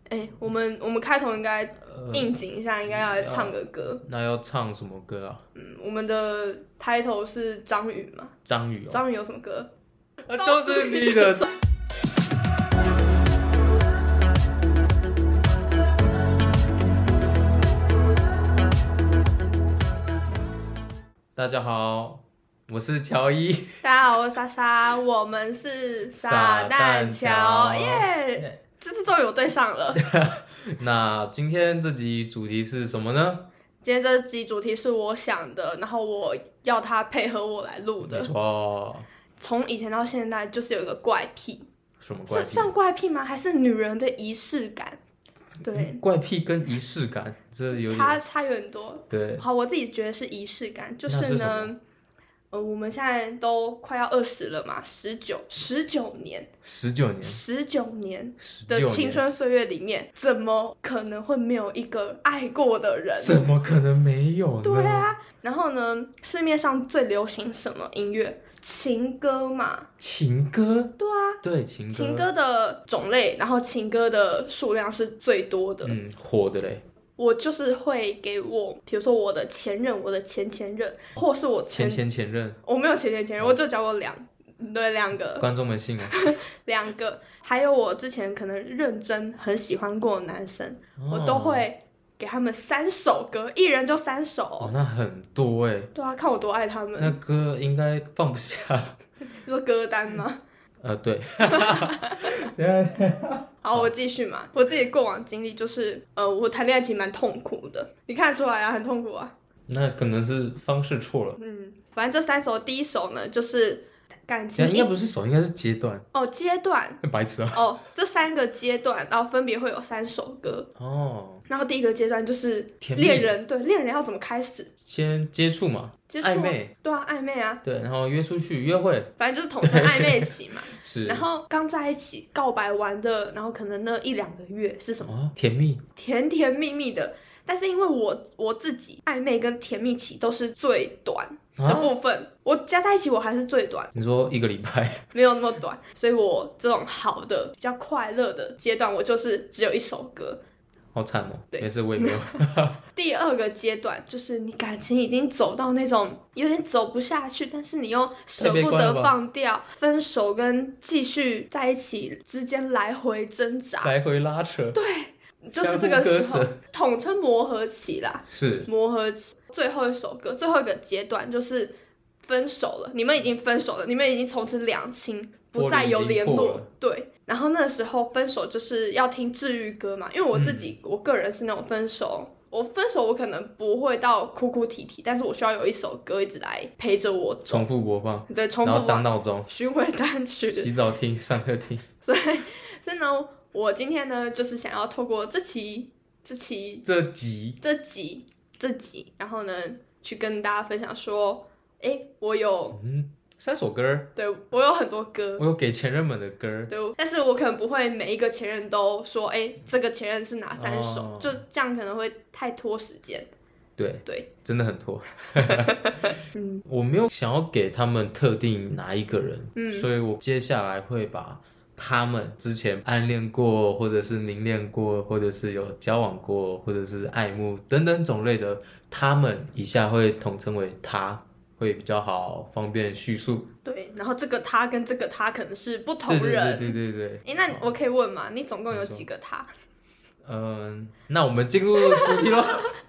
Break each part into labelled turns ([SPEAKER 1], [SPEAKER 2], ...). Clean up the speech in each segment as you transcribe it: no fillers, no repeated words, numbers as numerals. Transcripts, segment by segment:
[SPEAKER 1] 我们开头应该应景一下，应该要来唱个歌。
[SPEAKER 2] 那要唱什么歌啊？
[SPEAKER 1] 我们的 title 是张宇嘛？
[SPEAKER 2] 张宇
[SPEAKER 1] 张宇有什么歌？
[SPEAKER 2] 都是你的。大家好，我是乔伊。
[SPEAKER 1] 大家好，我是莎莎，我们是傻蛋乔耶！这次终于有对上了。
[SPEAKER 2] 那今天这集主题是什么呢？
[SPEAKER 1] 今天这集主题是我想的，然后我要他配合我来录的。
[SPEAKER 2] 没错。
[SPEAKER 1] 从以前到现在，就是有一个怪癖。
[SPEAKER 2] 什么怪癖？
[SPEAKER 1] 算怪癖吗？还是女人的仪式感？对，
[SPEAKER 2] 怪癖跟仪式感这有点
[SPEAKER 1] 差有点多。
[SPEAKER 2] 对，
[SPEAKER 1] 好，我自己觉得是仪式感，就是呢，我们现在都快要20了嘛，19年的青春岁月里面，怎么可能会没有一个爱过的人？
[SPEAKER 2] 怎么可能没有呢？
[SPEAKER 1] 对啊，然后呢，市面上最流行什么音乐？情歌嘛。
[SPEAKER 2] 情歌？
[SPEAKER 1] 对啊，
[SPEAKER 2] 对，情歌。
[SPEAKER 1] 情歌的种类，然后情歌的数量是最多的。
[SPEAKER 2] 火的嘞。
[SPEAKER 1] 我就是会给我，比如说我的前任、我的前任，或是我前
[SPEAKER 2] 任。
[SPEAKER 1] 我没有前任，我就交过两个。
[SPEAKER 2] 观众们信吗
[SPEAKER 1] ？2个，还有我之前可能认真很喜欢过的男生，我都会给他们3首歌，一人就3首。
[SPEAKER 2] 哦，那很多欸。
[SPEAKER 1] 对啊，看我多爱他们。
[SPEAKER 2] 那歌应该放不下。
[SPEAKER 1] 你说歌单吗？
[SPEAKER 2] 对。
[SPEAKER 1] 好，我继续嘛。我自己过往经历就是，我谈恋爱其实蛮痛苦的，你看得出来啊，很痛苦啊。
[SPEAKER 2] 那可能是方式错了。
[SPEAKER 1] 反正这3首，第一首呢就是感情，
[SPEAKER 2] 应该不是首，应该是阶段。
[SPEAKER 1] 哦，阶段。
[SPEAKER 2] 白痴啊。
[SPEAKER 1] 这3个阶段，然后分别会有3首歌。然后第一个阶段就是恋人，对，恋人要怎么开始？
[SPEAKER 2] 先接触嘛，暧昧。
[SPEAKER 1] 对啊，暧昧啊。
[SPEAKER 2] 对，然后约出去约会，
[SPEAKER 1] 反正就是统称暧昧期嘛。
[SPEAKER 2] 是。
[SPEAKER 1] 然后刚在一起告白完的，然后可能那1-2个月是什么？
[SPEAKER 2] 甜蜜，
[SPEAKER 1] 甜甜蜜蜜的。但是因为我自己暧昧跟甜蜜期都是最短的部分，我加在一起我还是最短。
[SPEAKER 2] 你说1个礼拜？
[SPEAKER 1] 没有那么短，所以我这种好的比较快乐的阶段，我就是只有1首歌。
[SPEAKER 2] 好惨哦。对，没事，我也没有。
[SPEAKER 1] 第2个阶段就是你感情已经走到那种有点走不下去，但是你又舍不得放掉，分手跟继续在一起之间来回挣扎，
[SPEAKER 2] 来回拉扯。
[SPEAKER 1] 对，就是这个时候统称磨合期啦。
[SPEAKER 2] 是
[SPEAKER 1] 磨合期。最后一首歌，最后一个阶段就是分手了，你们已经分手了，你们已经从此两清，不再有联络。对，然后那时候分手就是要听治愈歌嘛，因为我自己我个人是那种分手我可能不会到哭哭啼啼，但是我需要有一首歌一直来陪着我走，
[SPEAKER 2] 重复播放。
[SPEAKER 1] 对，重复播放，
[SPEAKER 2] 然后当闹钟，
[SPEAKER 1] 巡回单曲，
[SPEAKER 2] 洗澡听，上课听。
[SPEAKER 1] 所以呢，我今天呢就是想要透过这集，然后呢去跟大家分享说，我有
[SPEAKER 2] 3首歌。
[SPEAKER 1] 对，我有很多歌，
[SPEAKER 2] 我有给前任们的歌。
[SPEAKER 1] 对，但是我可能不会每一个前任都说，这个前任是哪3首，就这样可能会太拖时间。对，
[SPEAKER 2] 真的很拖。我没有想要给他们特定哪一个人，所以我接下来会把他们之前暗恋过，或者是明恋过，或者是有交往过，或者是爱慕等等种类的，他们以下会统称为他，会比较好方便叙述。
[SPEAKER 1] 对，然后这个他跟这个他可能是不同人。
[SPEAKER 2] 对。
[SPEAKER 1] 那我可以问吗？你总共有几个他？
[SPEAKER 2] 那我们进入主题咯。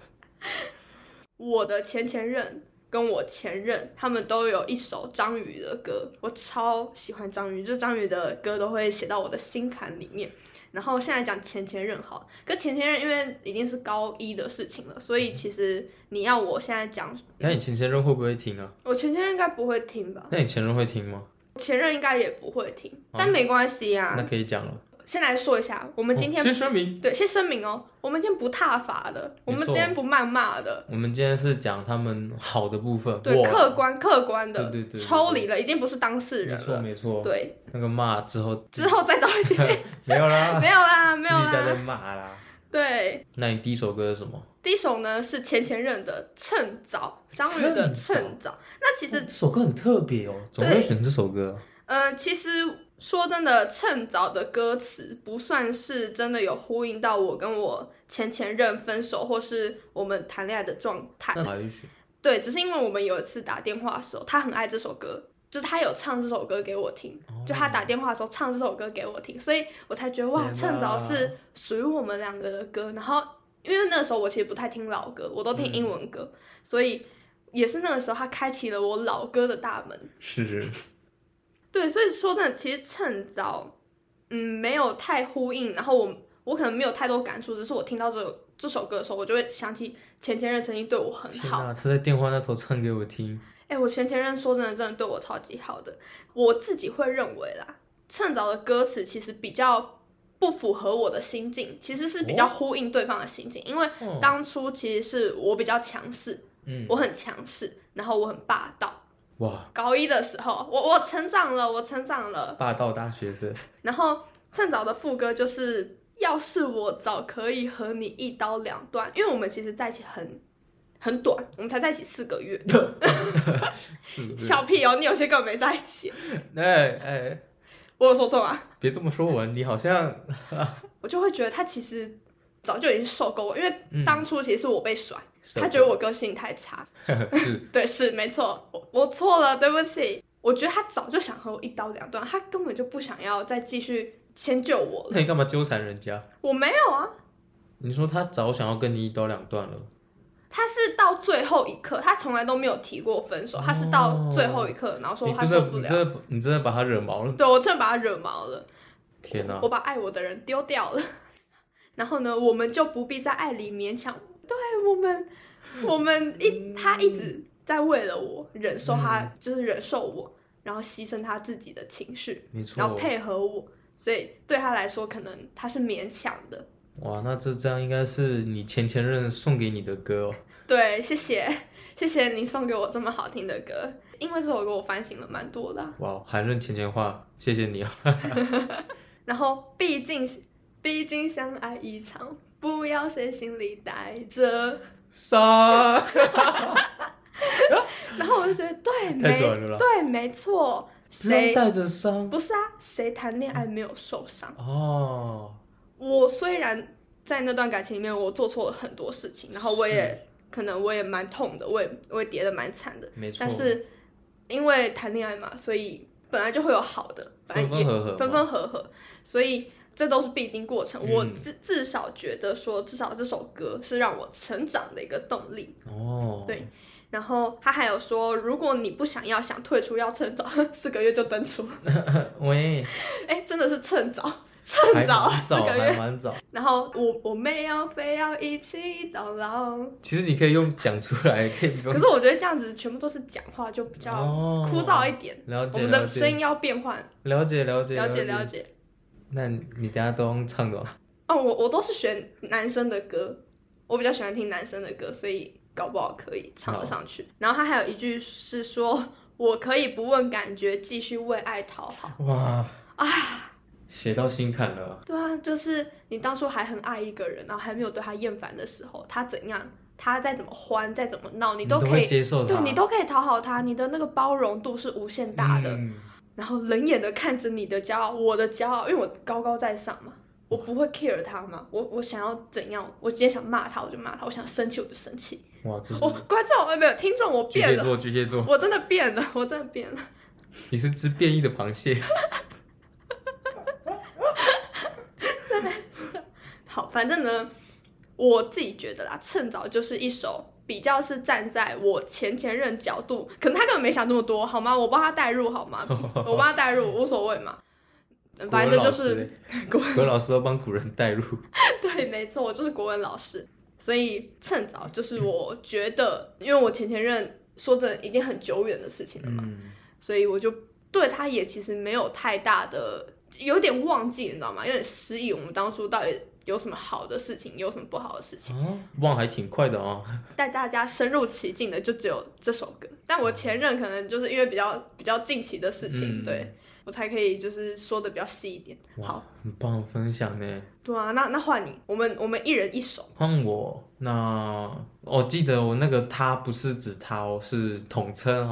[SPEAKER 1] 我的前任跟我前任，他们都有一首张宇的歌，我超喜欢张宇，就张宇的歌都会写到我的心坎里面。然后现在讲前任好，可前任因为已经是高1的事情了，所以其实你要我现在讲，
[SPEAKER 2] 那你前任会不会听啊？
[SPEAKER 1] 我前任应该不会听吧？
[SPEAKER 2] 那你前任会听吗？
[SPEAKER 1] 前任应该也不会听，但没关系啊。
[SPEAKER 2] 那可以讲了。
[SPEAKER 1] 先来说一下，我们今天
[SPEAKER 2] 先声明，
[SPEAKER 1] 对，先声明哦，我们今天不挞伐的，我们今天不谩骂的，
[SPEAKER 2] 我们今天是讲他们好的部分，
[SPEAKER 1] 对，客观的，
[SPEAKER 2] 对，
[SPEAKER 1] 抽离了，已经不是当事人了，
[SPEAKER 2] 没错，
[SPEAKER 1] 对，
[SPEAKER 2] 那个骂之后
[SPEAKER 1] 再找一些，
[SPEAKER 2] 没有啦，
[SPEAKER 1] 私
[SPEAKER 2] 底下在骂啦，
[SPEAKER 1] 对。
[SPEAKER 2] 那你第一首歌是什么？
[SPEAKER 1] 第一首呢是前任的《趁早》，张宇的《趁早》。那其实
[SPEAKER 2] 这首歌很特别哦，怎么会选这首歌？
[SPEAKER 1] 其实说真的，趁早的歌词不算是真的有呼应到我跟我前任分手，或是我们谈恋爱的状态。对，只是因为我们有一次打电话的时候，他很爱这首歌，就是他有唱这首歌给我听，就他打电话的时候唱这首歌给我听，所以我才觉得哇，趁早是属于我们两个的歌。然后因为那个时候我其实不太听老歌，我都听英文歌，所以也是那个时候他开启了我老歌的大门。
[SPEAKER 2] 是。
[SPEAKER 1] 对，所以说真的，其实趁早，没有太呼应，然后我可能没有太多感触，只是我听到这首歌的时候，我就会想起前任曾经对我很好。
[SPEAKER 2] 天哪，他在电话那头唱给我听。
[SPEAKER 1] 我前任说真的对我超级好的，我自己会认为啦，趁早的歌词其实比较不符合我的心境，其实是比较呼应对方的心境，因为当初其实是我比较强势，我很强势，然后我很霸道。
[SPEAKER 2] 哇！
[SPEAKER 1] 高一的时候，我成长了，
[SPEAKER 2] 霸道大学生。
[SPEAKER 1] 然后趁早的副歌就是，要是我早可以和你一刀两断，因为我们其实在一起很短，我们才在一起4个月。小屁哦，你有些根本没在一起。我有说错吗？
[SPEAKER 2] 别这么说我，你好像
[SPEAKER 1] 我就会觉得他其实早就已经受够我，因为当初其实是我被甩。他觉得我个性太差。
[SPEAKER 2] 是。
[SPEAKER 1] 对，是没错，我错了，对不起。我觉得他早就想和我一刀两断，他根本就不想要再继续迁就我了。
[SPEAKER 2] 那你干嘛纠缠人家？
[SPEAKER 1] 我没有啊。
[SPEAKER 2] 你说他早想要跟你一刀两断了？
[SPEAKER 1] 他是到最后一刻，他从来都没有提过分手，他是到最后一刻，然后说他受不了。
[SPEAKER 2] 你真的把他惹毛了？
[SPEAKER 1] 对，我真的把他惹毛了。
[SPEAKER 2] 天哪！
[SPEAKER 1] 我把爱我的人丢掉了。然后呢，我们就不必在爱里勉强。对，他一直在为了我忍受他，就是忍受我，然后牺牲他自己的情绪，
[SPEAKER 2] 没错，
[SPEAKER 1] 然后配合我，所以对他来说，可能他是勉强的。
[SPEAKER 2] 哇，那这样应该是你前任送给你的歌哦。
[SPEAKER 1] 对，谢谢你送给我这么好听的歌，因为这首歌我反省了蛮多的。
[SPEAKER 2] 哇，还认前话，谢谢你啊。
[SPEAKER 1] 然后毕竟相爱一场，不要谁心里带着伤。然后我就觉得对，没错，谁
[SPEAKER 2] 带着伤？
[SPEAKER 1] 不是啊，谁谈恋爱没有受伤？
[SPEAKER 2] 哦，
[SPEAKER 1] 我虽然在那段感情里面我做错了很多事情，然后我也蛮痛的，我也跌得蛮惨的，
[SPEAKER 2] 没错。
[SPEAKER 1] 但是因为谈恋爱嘛，所以本来就会有好的，
[SPEAKER 2] 分分合合，
[SPEAKER 1] 所以这都是必经过程。我至少觉得说，至少这首歌是让我成长的一个动力。
[SPEAKER 2] 哦，
[SPEAKER 1] 对。然后他还有说，如果你不想退出，要趁早，4个月就登出。
[SPEAKER 2] 喂，
[SPEAKER 1] 真的是趁早，4个月，
[SPEAKER 2] 还蛮早。
[SPEAKER 1] 然后我没有非要一起到老。
[SPEAKER 2] 其实你可以用讲出来，可
[SPEAKER 1] 是我觉得这样子全部都是讲话，就比较枯燥一点。
[SPEAKER 2] 了解，
[SPEAKER 1] 我们的声音要变换。
[SPEAKER 2] 了解。那你等下都用唱的吗？
[SPEAKER 1] 我都是选男生的歌，我比较喜欢听男生的歌，所以搞不好可以唱得上去。然后他还有一句是说，我可以不问感觉，继续为爱讨好。
[SPEAKER 2] 哇写到心坎了。
[SPEAKER 1] 对啊，就是你当初还很爱一个人，然后还没有对他厌烦的时候，他怎样，他再怎么欢，再怎么闹，你都可以
[SPEAKER 2] 接受他，
[SPEAKER 1] 对，你都可以讨好他，你的那个包容度是无限大的。然后冷眼的看着你的骄傲，我的骄傲，因为我高高在上嘛，我不会 care 他嘛，我想要怎样，我今天想骂他我就骂他，我想生气我就生气。
[SPEAKER 2] 哇，这是
[SPEAKER 1] 观众没有听众，我变了，
[SPEAKER 2] 巨蟹座，
[SPEAKER 1] 我真的变了。
[SPEAKER 2] 你是只变异的螃蟹。
[SPEAKER 1] 好，反正呢，我自己觉得啦，趁早就是一首比较是站在我前任角度，可能他根本没想这么多，好吗？我帮他带入好吗？我帮他带入无所谓嘛，反正就是
[SPEAKER 2] 国文老师都帮古人带入。
[SPEAKER 1] 对，没错，我就是国文老师，所以趁早就是我觉得，因为我前任说的已经很久远的事情了嘛，所以我就对他也其实没有太大的，有点忘记，你知道吗？有点失忆，我们当初到底有什么好的事情，有什么不好的事情，
[SPEAKER 2] 忘还挺快的哦。
[SPEAKER 1] 带大家深入其境的就只有这首歌，但我前任可能就是因为比较近期的事情，对，我才可以就是说的比较细一点。好，
[SPEAKER 2] 很棒的分享呢。
[SPEAKER 1] 对啊，那换你，我们一人一首。
[SPEAKER 2] 换我，那我记得我那个他不是指他哦，是统称哈。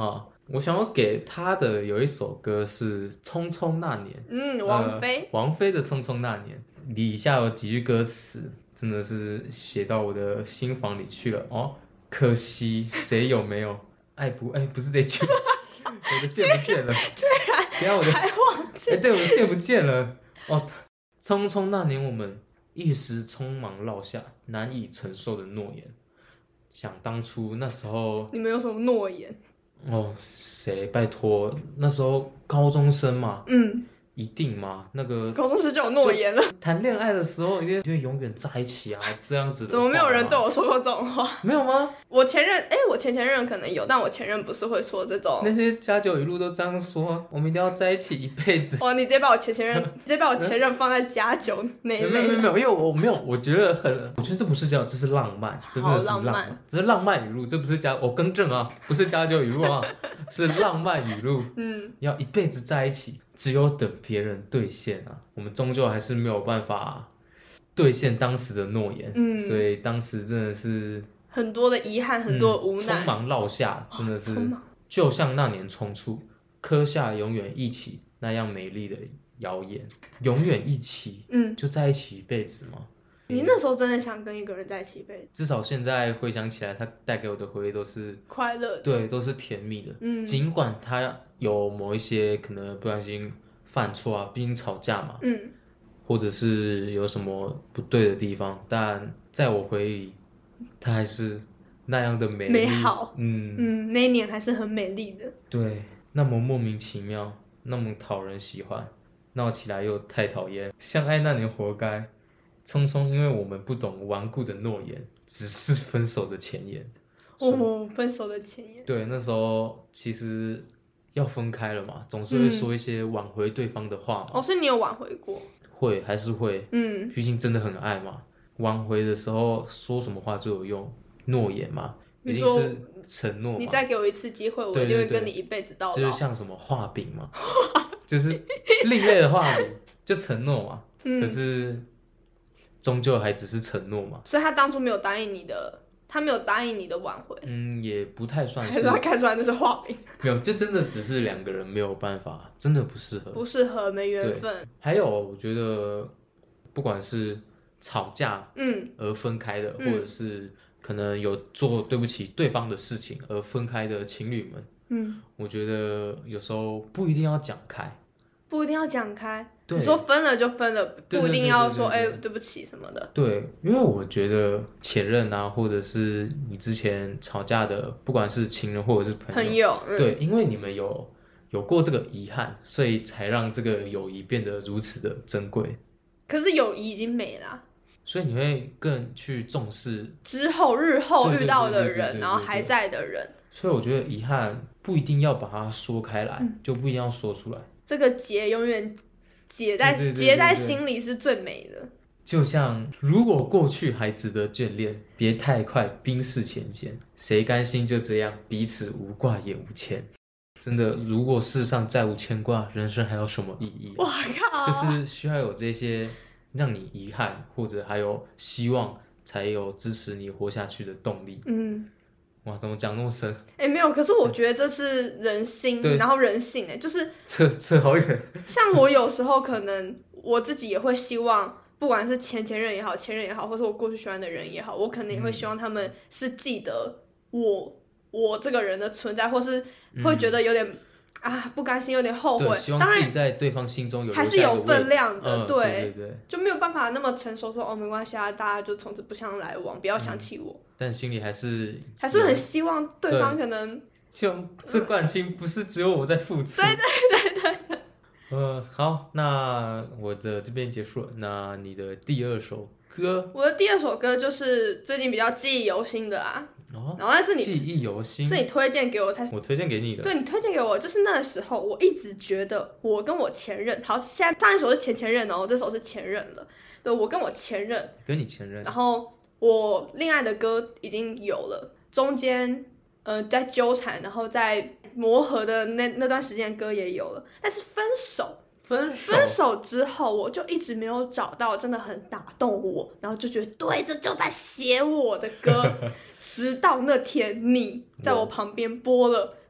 [SPEAKER 2] 我想要给他的有一首歌是《匆匆那年》，王菲的《匆匆那年》，底下有几句歌词真的是写到我的心房里去了哦。可惜谁有没有爱不是这句，我的线不见了，
[SPEAKER 1] 居然还忘记，
[SPEAKER 2] 对，我的线不见了哦。匆匆那年，我们一时匆忙落下难以承受的诺言。想当初那时候，
[SPEAKER 1] 你们有什么诺言？
[SPEAKER 2] 哦，谁拜托？那时候高中生嘛，一定嘛，那个
[SPEAKER 1] 高中时就有诺言了。
[SPEAKER 2] 谈恋爱的时候一定就会永远在一起啊，这样子的。
[SPEAKER 1] 怎么没有人对我说过这种话？
[SPEAKER 2] 没有吗？
[SPEAKER 1] 我前任可能有，但我前任不是会说这种。
[SPEAKER 2] 那些家酒语录都这样说，我们一定要在一起一辈子。
[SPEAKER 1] 哇，你直接把我前任放在家酒那一类。
[SPEAKER 2] 没有，因为我没有，我觉得这不是这是浪漫，这真的是
[SPEAKER 1] 浪漫，
[SPEAKER 2] 这是浪漫语录，这不是我更正啊，不是家酒语录啊，是浪漫语录。要一辈子在一起。只有等别人兑现啊，我们终究还是没有办法兑现当时的诺言，所以当时真的是
[SPEAKER 1] 很多的遗憾，很多的无奈，
[SPEAKER 2] 匆忙落下，真的是就像那年冲出，刻下永远一起那样美丽的谣言，永远一起，就在一起一辈子吗？
[SPEAKER 1] 你那时候真的想跟一个人在一起一辈子？
[SPEAKER 2] 至少现在回想起来，他带给我的回忆都是
[SPEAKER 1] 快乐的，
[SPEAKER 2] 对，都是甜蜜的。尽管他有某一些可能不小心犯错啊，毕竟吵架嘛，或者是有什么不对的地方，但在我回忆里，他还是那样的美
[SPEAKER 1] 好。那一年还是很美丽的。
[SPEAKER 2] 对，那么莫名其妙，那么讨人喜欢，闹起来又太讨厌，相爱那年活该。匆匆，因为我们不懂顽固的诺言，只是分手的前言。
[SPEAKER 1] 分手的前言。
[SPEAKER 2] 对，那时候其实要分开了嘛，总是会说一些挽回对方的话嘛。
[SPEAKER 1] 所以你有挽回过？
[SPEAKER 2] 会，还是会。毕竟真的很爱嘛。挽回的时候说什么话最有用？诺言嘛，一定是承诺嘛。
[SPEAKER 1] 你再给我一次机会，我一定会跟你一辈子到老。
[SPEAKER 2] 就是像什么画饼嘛，就是另类的画饼，就承诺嘛。可是。终究还只是承诺嘛，
[SPEAKER 1] 所以他当初没有答应你的，他没有答应你的挽回，
[SPEAKER 2] 也不太算是，
[SPEAKER 1] 还是他看出来那是画饼，
[SPEAKER 2] 没有，就真的只是两个人没有办法，真的不适合，
[SPEAKER 1] 没缘分。
[SPEAKER 2] 还有，我觉得不管是吵架而分开的，或者是可能有做对不起对方的事情而分开的情侣们，我觉得有时候不一定要讲开。
[SPEAKER 1] 不一定要讲开，你说分了就分了，不一定要说对不起什么的。对，
[SPEAKER 2] 因为我觉得前任啊，或者是你之前吵架的，不管是情人或者是朋友，对，因为你们有过这个遗憾，所以才让这个友谊变得如此的珍贵。
[SPEAKER 1] 可是友谊已经没了，
[SPEAKER 2] 所以你会更去重视
[SPEAKER 1] 日后遇到的人，然后还在的人。
[SPEAKER 2] 所以我觉得遗憾不一定要把它说开来，就不一定要说出来。
[SPEAKER 1] 这个结永远结在心里是最美的。
[SPEAKER 2] 就像如果过去还值得眷恋，别太快冰释前嫌，谁甘心就这样彼此无挂也无牵？真的，如果世上再无牵挂，人生还有什么意义？
[SPEAKER 1] 哇靠！
[SPEAKER 2] 就是需要有这些让你遗憾或者还有希望，才有支持你活下去的动力。哇，怎么讲那么深？
[SPEAKER 1] 没有，可是我觉得这是人心，然后人性就是
[SPEAKER 2] 扯好远。
[SPEAKER 1] 像我有时候可能我自己也会希望，不管是前任也好，前任也好，或是我过去喜欢的人也好，我可能也会希望他们是记得我这个人的存在，或是会觉得有点不甘心，有点后悔。
[SPEAKER 2] 希望自己在对方心中有
[SPEAKER 1] 还是有分量的，
[SPEAKER 2] 对，
[SPEAKER 1] 就没有办法那么成熟说没关系啊，大家就从此不相来往，不要想起我。
[SPEAKER 2] 但心里还是
[SPEAKER 1] 很希望对方可能
[SPEAKER 2] 就这感情不是只有我在付出。
[SPEAKER 1] 对。
[SPEAKER 2] 好，那我的这边结束了。那你的第二首歌？
[SPEAKER 1] 我的第二首歌就是最近比较记忆犹新的啊。然后但是
[SPEAKER 2] 记忆犹新，
[SPEAKER 1] 是你推荐给我才，
[SPEAKER 2] 我推荐给你的。
[SPEAKER 1] 对，你推荐给我，就是那个时候我一直觉得我跟我前任，好，现在上一首是前任哦，这首是前任了。对，我跟我前任，
[SPEAKER 2] 跟你前任，
[SPEAKER 1] 然后我恋爱的歌已经有了，中间在纠缠，然后在磨合的那段时间的歌也有了，但是分手之后，我就一直没有找到真的很打动我，然后就觉得对，这就在写我的歌。直到那天你在我旁边播了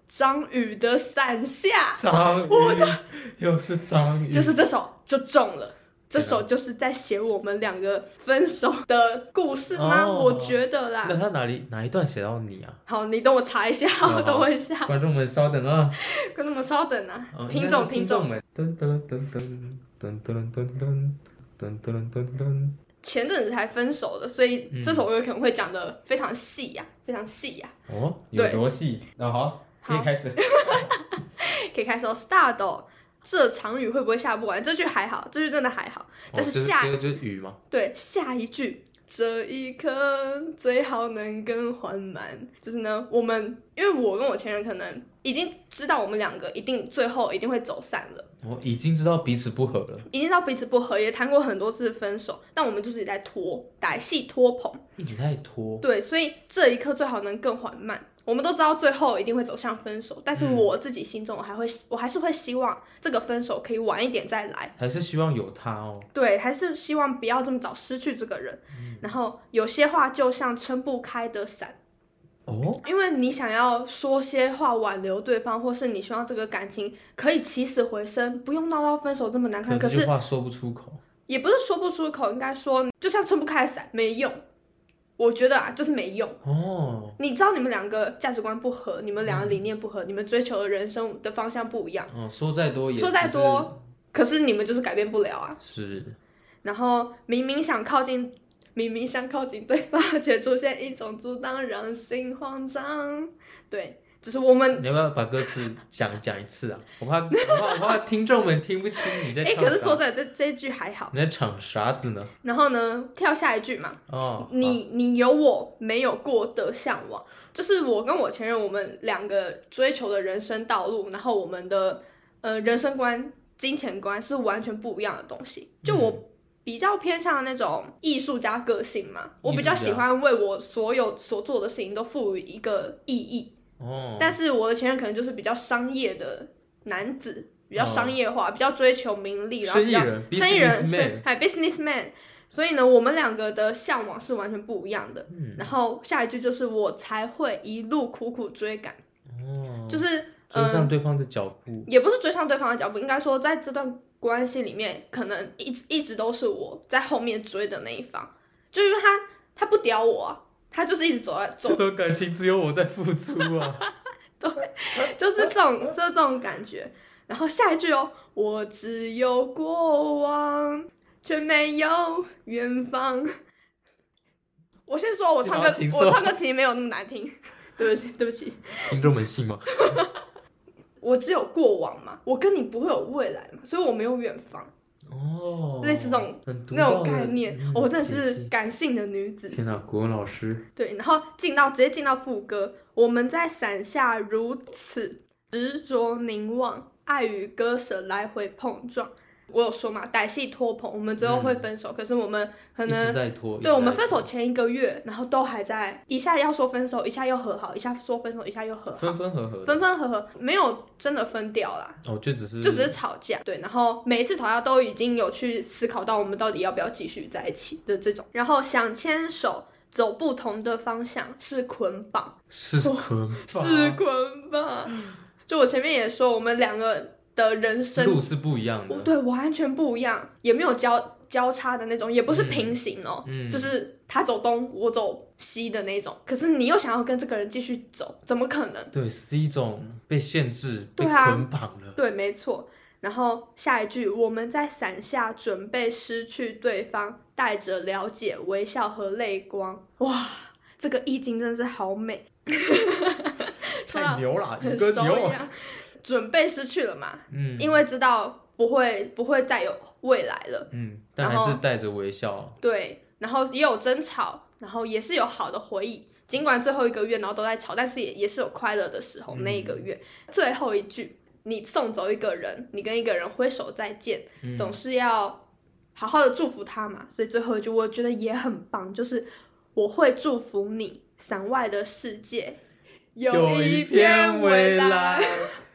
[SPEAKER 1] 张宇的伞下。
[SPEAKER 2] 张宇，又是张宇，
[SPEAKER 1] 就是这首就中了。这首就是在写我们两个分手的故事吗？我觉得啦。
[SPEAKER 2] 那他哪一段写到你啊？
[SPEAKER 1] 好，你等我查一下，等我一下。
[SPEAKER 2] 观众们稍等啊！
[SPEAKER 1] 观众们稍等啊！听众们。噔噔噔噔噔噔噔噔噔噔噔噔。前阵子才分手的，所以这首我有可能会讲的非常细呀，非常细呀。
[SPEAKER 2] 哦，有多细？那好，可以开始。
[SPEAKER 1] 可以开始哦 ，start。这场雨会不会下不完？这句还好，这句真的还好。但是
[SPEAKER 2] 这个就是雨吗？
[SPEAKER 1] 对，下一句这一刻最好能更缓慢。就是呢，因为我跟我前任可能已经知道我们两个最后一定会走散了。
[SPEAKER 2] 已经知道彼此不合了，
[SPEAKER 1] 已经知道彼此不合，也谈过很多次分手，但我们就是一直在拖，打戏拖棚，
[SPEAKER 2] 一直在拖。
[SPEAKER 1] 对，所以这一刻最好能更缓慢。我们都知道最后一定会走向分手，但是我自己心中我还是会希望这个分手可以晚一点再来，
[SPEAKER 2] 还是希望有他哦。
[SPEAKER 1] 对，还是希望不要这么早失去这个人。然后有些话就像撑不开的伞。因为你想要说些话挽留对方，或是你希望这个感情可以起死回生，不用闹到分手这么难看。
[SPEAKER 2] 可是这句话说不出口，
[SPEAKER 1] 也不是说不出口，应该说就像撑不开的伞，没用。我觉得啊，就是没用。你知道你们两个价值观不合，你们两个理念不合，你们追求的人生的方向不一样。
[SPEAKER 2] 说再多，
[SPEAKER 1] 可是你们就是改变不了啊。
[SPEAKER 2] 是。
[SPEAKER 1] 然后明明想靠近对方，却出现一种阻挡，让心慌张。对，就是我们。
[SPEAKER 2] 你要不要把歌词讲一次啊？我怕听众们听不清你在唱啥。
[SPEAKER 1] 可是说真的，这一句还好。
[SPEAKER 2] 你在唱啥子呢？
[SPEAKER 1] 然后呢，跳下一句嘛。你有我没有过的向往，就是我跟我前任，我们两个追求的人生道路，然后我们的人生观、金钱观是完全不一样的东西。就我。比较偏向那种艺术家个性嘛，我比较喜欢为我所做的事情都赋予一个意义。但是我的前任可能就是比较商业的男子，比较商业化，比较追求名利，然后比较生意人，还 businessman。所以呢，我们两个的向往是完全不一样的。然后下一句就是我才会一路苦苦追赶。就是
[SPEAKER 2] 追上对方的脚步，
[SPEAKER 1] 也不是追上对方的脚步，应该说在这段关系里面，可能一直都是我在后面追的那一方，就因为他不屌我啊，他就是一直走。
[SPEAKER 2] 这段感情只有我在付出啊。
[SPEAKER 1] 对，就是这种感觉。然后下一句我只有过往，却没有远方。我先说，我唱歌其实没有那么难听，对不起。
[SPEAKER 2] 听众们信吗？
[SPEAKER 1] 我只有过往嘛，我跟你不会有未来嘛，所以我没有远方。类似这种那种概念，我真的是感性的女子。
[SPEAKER 2] 天哪，国文老师。
[SPEAKER 1] 对，然后直接进到副歌，我们在伞下如此执着凝望，爱与割舍来回碰撞。我有说嘛，歹戏拖棚，我们最后会分手，可是我们可能
[SPEAKER 2] 一直在拖。
[SPEAKER 1] 对，我们分手前1个月，然后都还在，一下要说分手，一下又和好，一下说分手，一下又和好，
[SPEAKER 2] 分分合合，
[SPEAKER 1] 没有真的分掉啦。
[SPEAKER 2] 就只是
[SPEAKER 1] 吵架。对，然后每一次吵架都已经有去思考到我们到底要不要继续在一起的这种，然后想牵手走不同的方向是捆绑，
[SPEAKER 2] 是捆
[SPEAKER 1] 绑。就我前面也说，我们两个的人生
[SPEAKER 2] 路是不一样的，
[SPEAKER 1] 对，完全不一样，也没有交叉的那种，也不是平行哦，就是他走东我走西的那种。可是你又想要跟这个人继续走，怎么可能？
[SPEAKER 2] 对，是一种被限制、被捆绑了。
[SPEAKER 1] 对，没错。然后下一句，我们在伞下准备失去对方，带着了解、微笑和泪光。哇，这个意境真的是好美，
[SPEAKER 2] 太牛了，
[SPEAKER 1] 很熟一样。准备失去了嘛，因为知道不会再有未来了，
[SPEAKER 2] 但还是带着微笑。
[SPEAKER 1] 对，然后也有争吵，然后也是有好的回忆，尽管最后1个月然后都在吵，但是也是有快乐的时候。那1个月最后一句，你送走一个人，你跟一个人挥手再见，总是要好好的祝福他嘛，所以最后一句我觉得也很棒，就是我会祝福你，伞外的世界有一片未来。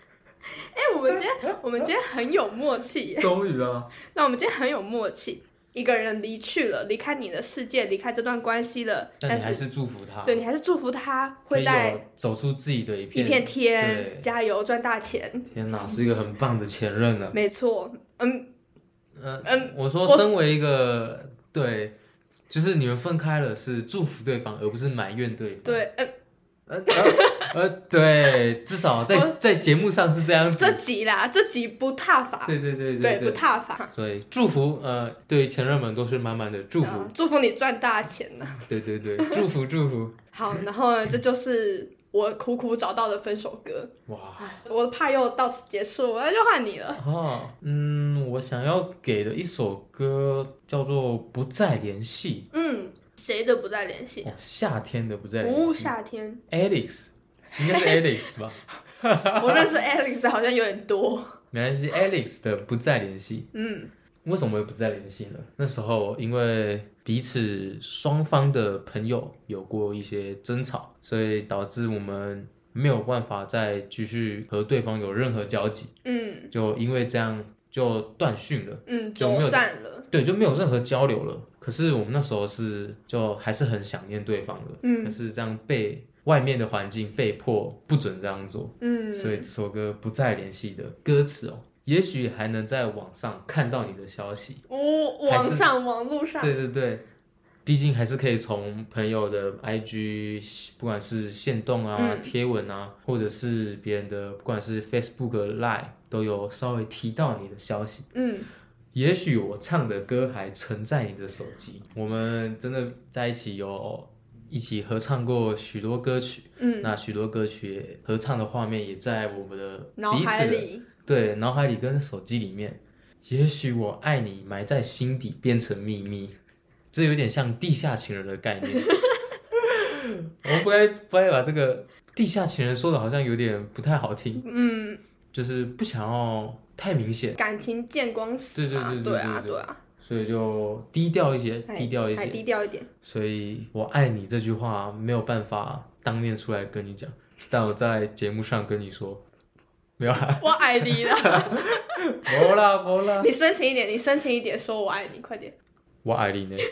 [SPEAKER 1] 我们今天很有默契耶。
[SPEAKER 2] 终于啊！
[SPEAKER 1] 那我们今天很有默契。 一个人离去了，离开你的世界，离开这段关系了，
[SPEAKER 2] 但你还是祝福他，
[SPEAKER 1] 对，你还是祝福他会在
[SPEAKER 2] 走出自己的一
[SPEAKER 1] 片天，加油赚大钱。
[SPEAKER 2] 天哪，是一个很棒的前任呢。
[SPEAKER 1] 没错，
[SPEAKER 2] 我说身为一个对，就是你们分开了是祝福对方，而不是埋怨对方。
[SPEAKER 1] 对，
[SPEAKER 2] 对，至少在节目上是这样子。
[SPEAKER 1] 这集不踏法。对，不踏法。
[SPEAKER 2] 所以祝福，对于前任们都是满满的祝福，
[SPEAKER 1] 祝福你赚大钱呐。
[SPEAKER 2] 对，祝福。
[SPEAKER 1] 好，然后呢，这就是我苦苦找到的分手歌。哇，我的怕又到此结束，那就换你了。
[SPEAKER 2] 我想要给的一首歌叫做《不再联系》。
[SPEAKER 1] 谁的不再联系？
[SPEAKER 2] 夏天的不再联系。
[SPEAKER 1] 夏天。
[SPEAKER 2] Alex， 应该是 Alex 吧？
[SPEAKER 1] 我认识 Alex 好像有点多。
[SPEAKER 2] 没关系 ，Alex 的不再联系。为什么会不再联系呢？那时候因为彼此双方的朋友有过一些争吵，所以导致我们没有办法再继续和对方有任何交集。就因为这样就断讯了。就没有
[SPEAKER 1] 散了。
[SPEAKER 2] 对，就没有任何交流了。可是我们那时候就还是很想念对方的。可是这样被外面的环境被迫不准这样做。所以这首歌不再联系的歌词也许还能在网上看到你的消息。
[SPEAKER 1] 网络上。
[SPEAKER 2] 对，毕竟还是可以从朋友的 IG， 不管是限动啊、贴文啊，或者是别人的，不管是 Facebook Live， 都有稍微提到你的消息。也许我唱的歌还存在你的手机，我们真的在一起有一起合唱过许多歌曲。那许多歌曲合唱的画面也在我们的
[SPEAKER 1] 脑海里。
[SPEAKER 2] 对，脑海里跟手机里面。也许我爱你埋在心底变成秘密，这有点像地下情人的概念。我们不该把这个地下情人说的好像有点不太好听。就是不想要太明显，
[SPEAKER 1] 感情见光死嘛。对啊，
[SPEAKER 2] 所以就低调一些，
[SPEAKER 1] 还低调一点。
[SPEAKER 2] 所以我爱你这句话没有办法当面出来跟你讲，但我在节目上跟你说，没有啦。
[SPEAKER 1] 我爱你啦。
[SPEAKER 2] 没啦。
[SPEAKER 1] 你深情一点，说我爱你，快点。
[SPEAKER 2] 我爱你呢。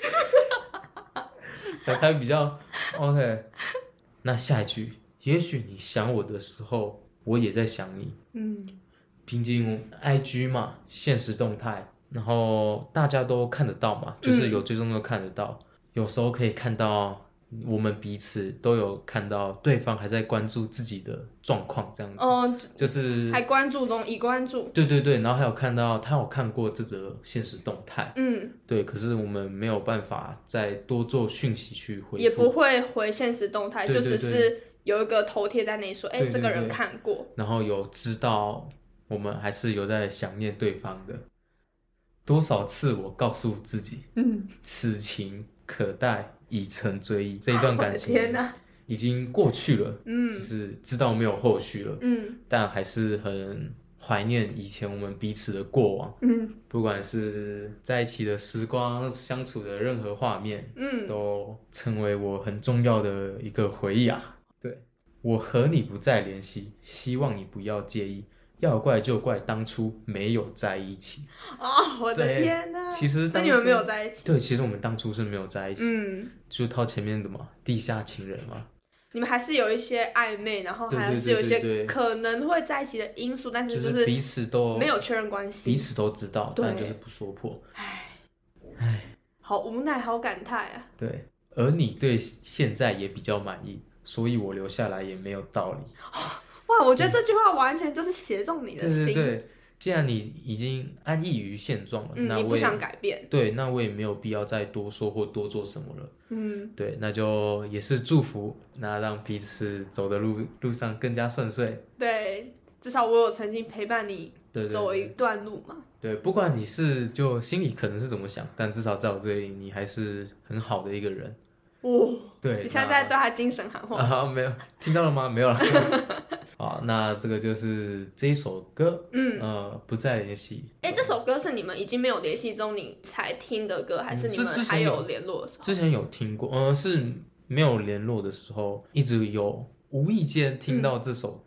[SPEAKER 2] 才比较 OK。那下一句，也许你想我的时候，我也在想你。毕竟 IG 嘛，限时动态，然后大家都看得到嘛，就是有追踪都看得到。有时候可以看到我们彼此都有看到对方还在关注自己的状况，这样子。就是
[SPEAKER 1] 还关注中，已关注。
[SPEAKER 2] 对，然后还有看到他有看过这则限时动态。对，可是我们没有办法再多做讯息去回复，
[SPEAKER 1] 也不会回限时动态，就只是有一个头贴在那里说，这个人看过，
[SPEAKER 2] 然后有知道我们还是有在想念对方的。多少次我告诉自己，此情可待已成追忆，这一段感情已经过去了，就是知道没有后续了，但还是很怀念以前我们彼此的过往，不管是在一起的时光，相处的任何画面，都成为我很重要的一个回忆啊。对，我和你不再联系，希望你不要介意。要怪就怪当初没有在一起。
[SPEAKER 1] 我的天哪！
[SPEAKER 2] 其实
[SPEAKER 1] 你们没有在一起。
[SPEAKER 2] 对，其实我们当初是没有在一起。就套前面的嘛，地下情人嘛。
[SPEAKER 1] 你们还是有一些暧昧，然后还是有一些可能会在一起的因素，但是
[SPEAKER 2] 就是彼此都
[SPEAKER 1] 没有确认关系，
[SPEAKER 2] 彼此都知道，但就是不说破。
[SPEAKER 1] 好无奈，好感叹啊。
[SPEAKER 2] 对，而你对现在也比较满意，所以我留下来也没有道理。
[SPEAKER 1] 哇，我觉得这句话完全就是写中你的心。
[SPEAKER 2] 对，既然你已经安逸于现状了，那
[SPEAKER 1] 你不想改变，
[SPEAKER 2] 对，那我也没有必要再多说或多做什么了。对，那就也是祝福，那让彼此走的路上更加顺遂。
[SPEAKER 1] 对，至少我有曾经陪伴你走一段路嘛。
[SPEAKER 2] 对，不管你是就心里可能是怎么想，但至少在我这里，你还是很好的一个人。对，
[SPEAKER 1] 你现在对他精神喊话
[SPEAKER 2] 没有听到了吗？没有了。好，那这个就是这一首歌，不再联系。
[SPEAKER 1] 这首歌是你们已经没有联系中你才听的歌，还是你们还有联络的时候？
[SPEAKER 2] 之前有听过，是没有联络的时候，一直有无意间听到这首歌，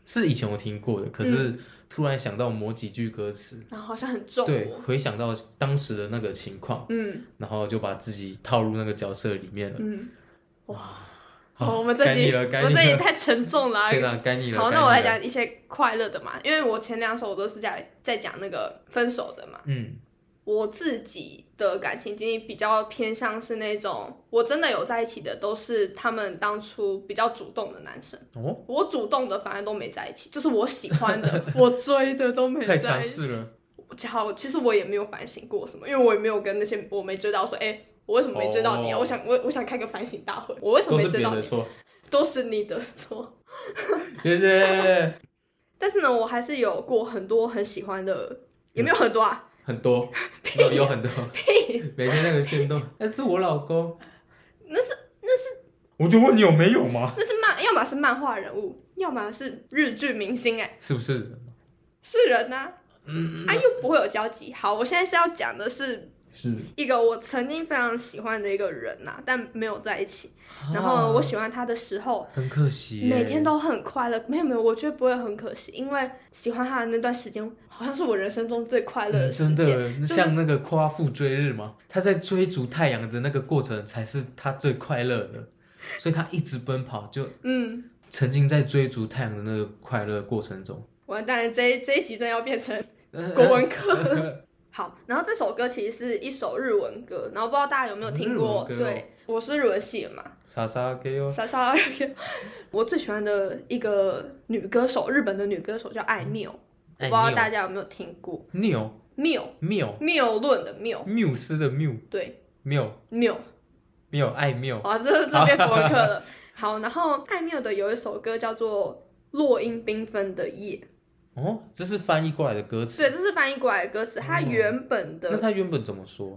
[SPEAKER 2] 是以前我听过的，可是突然想到某几句歌词，
[SPEAKER 1] 然后好像很重，
[SPEAKER 2] 对，回想到当时的那个情况，然后就把自己套入那个角色里面了，
[SPEAKER 1] 哇。我们这集太沉重了，
[SPEAKER 2] 对啦，该你了。
[SPEAKER 1] 好，那我来讲一些快乐的嘛，因为我前2首我都是在讲那个分手的嘛。我自己的感情经历比较偏向是那种，我真的有在一起的，都是他们当初比较主动的男生。我主动的反而都没在一起，就是我喜欢的，我追的都没在一起。
[SPEAKER 2] 太强势了。
[SPEAKER 1] 好，其实我也没有反省过什么，因为我也没有跟那些我没追到说，我为什么没追到你啊？我想开个反省大会，我为什么没追到你？都是你的错。
[SPEAKER 2] 谢谢。
[SPEAKER 1] 但是呢，我还是有过很多很喜欢的，也没有很多啊。
[SPEAKER 2] 很多，有很多。每天那个限动，这是我老公。
[SPEAKER 1] 那是，
[SPEAKER 2] 我就问你有没有吗？
[SPEAKER 1] 那是要么是漫画人物，要么是日剧明星，
[SPEAKER 2] 是不是？
[SPEAKER 1] 是人啊。又不会有交集。好，我现在是要讲的是一个我曾经非常喜欢的一个人但没有在一起。然后我喜欢他的时候，
[SPEAKER 2] 很可惜，
[SPEAKER 1] 每天都很快乐。没有，我觉得不会很可惜，因为喜欢他的那段时间，好像是我人生中最快乐的时间。
[SPEAKER 2] 真的，像那个夸父追日嘛，他在追逐太阳的那个过程才是他最快乐的，所以他一直奔跑，就沉浸在追逐太阳的那个快乐过程中。
[SPEAKER 1] 完蛋了，这一集真的要变成国文课。好，然后这首歌其实是一首日文歌，然后不知道大家有没有听过？对，我是日文系的嘛。莎莎 K 哦。我最喜欢的一个女歌手，日本的女歌手叫艾缪，我不知道大家有没有听过。谬论的谬，
[SPEAKER 2] 缪斯的缪，
[SPEAKER 1] 对，
[SPEAKER 2] 缪艾缪。
[SPEAKER 1] 啊，这边国文课了。好，然后艾缪的有一首歌叫做《落英缤纷的夜》。
[SPEAKER 2] 这是翻译过来的歌词。
[SPEAKER 1] 对，这是翻译过来的歌词。它原本的，
[SPEAKER 2] 那它原本怎么说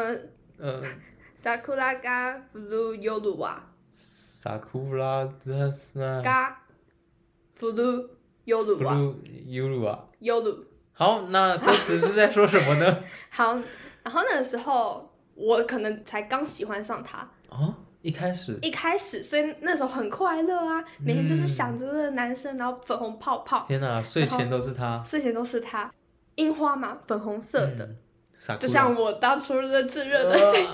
[SPEAKER 1] ？Sakura ga furu yoru wa。
[SPEAKER 2] Sakura
[SPEAKER 1] ga furu yoru wa。yoru。
[SPEAKER 2] 好，那歌词是在说什么呢？
[SPEAKER 1] 好，然后那个时候我可能才刚喜欢上他。
[SPEAKER 2] 一开始，
[SPEAKER 1] 所以那时候很快乐啊，每天就是想着这个男生，然后粉红泡泡。
[SPEAKER 2] 天哪，睡前都是他。
[SPEAKER 1] 樱花嘛，粉红色的，就像我当初炙热的心。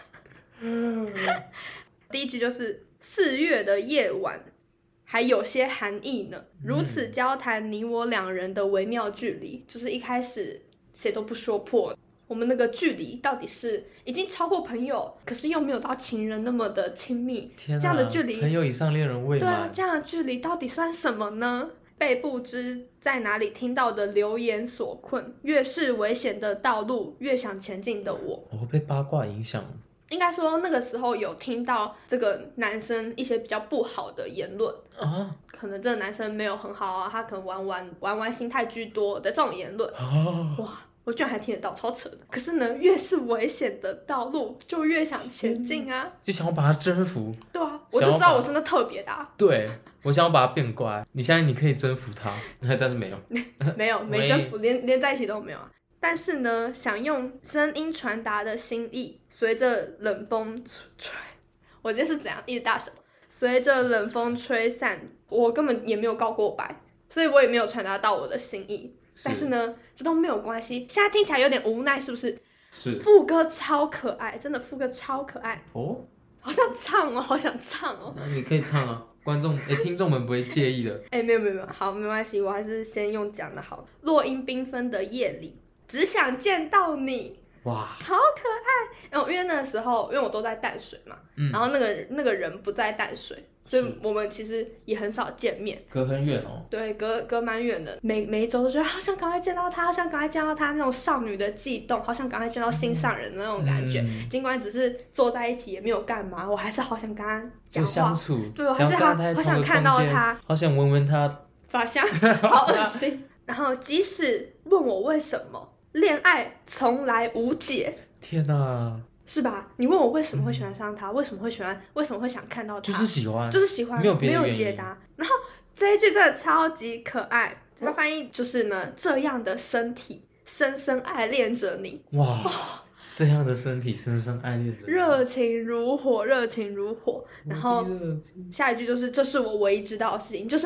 [SPEAKER 1] 第一句就是4月的夜晚，还有些寒意呢。如此交谈你我两人的微妙距离，就是一开始谁都不说破。我们那个距离到底是已经超过朋友，可是又没有到情人那么的亲密。
[SPEAKER 2] 天哪，
[SPEAKER 1] 这样的距离，
[SPEAKER 2] 朋友以上恋人未满。
[SPEAKER 1] 对啊，这样的距离到底算什么呢？被不知在哪里听到的流言所困，越是危险的道路，越想前进的我。
[SPEAKER 2] 被八卦影响。
[SPEAKER 1] 应该说那个时候有听到这个男生一些比较不好的言论可能这个男生没有很好啊，他可能玩心态居多的这种言论哇。我居然还听得到，超扯的。可是呢，越是危险的道路，就越想前进啊，
[SPEAKER 2] 就想要把它征服。
[SPEAKER 1] 对啊，我就知道我是那特别的
[SPEAKER 2] 对，我想要把它变乖。你现在你可以征服它，但是没有，
[SPEAKER 1] 没征服，连在一起都没有啊。但是呢，想用声音传达的心意，随着冷风吹，我这是怎样一直大声？随着冷风吹散，我根本也没有告过白，所以我也没有传达到我的心意。但是呢，这都没有关系。现在听起来有点无奈，是不是？
[SPEAKER 2] 是。
[SPEAKER 1] 副歌超可爱，真的副歌超可爱好想唱哦，好想唱哦。
[SPEAKER 2] 那你可以唱啊，听众们不会介意的。
[SPEAKER 1] 没有，好，没关系，我还是先用讲的好。落英缤纷的夜里，只想见到你。哇，好可爱！因为那个时候，因为我都在淡水嘛，然后那个人不在淡水。所以我们其实也很少见面，
[SPEAKER 2] 隔很远哦。
[SPEAKER 1] 对，隔蛮远的。每一周都觉得好想赶快见到他，好想赶快见到他那种少女的悸动，好想赶快见到心上人的那种感觉。尽管只是坐在一起也没有干嘛，我还是好想跟他讲话，
[SPEAKER 2] 相处。
[SPEAKER 1] 对，我还是好想看到他，
[SPEAKER 2] 好想闻闻他
[SPEAKER 1] 发香，好恶心。然后即使问我为什么，恋爱从来无解。
[SPEAKER 2] 天哪！
[SPEAKER 1] 是吧？你问我为什么会喜欢上他，为什么会想看到他，
[SPEAKER 2] 就是喜欢，
[SPEAKER 1] 没有解答。然后这一句真的超级可爱，它翻译就是呢，这样的身体深深爱恋着你。
[SPEAKER 2] 哇，这样的身体深深爱恋着你，
[SPEAKER 1] 热情如火。然后下一句就是这是我唯一知道的事情，就是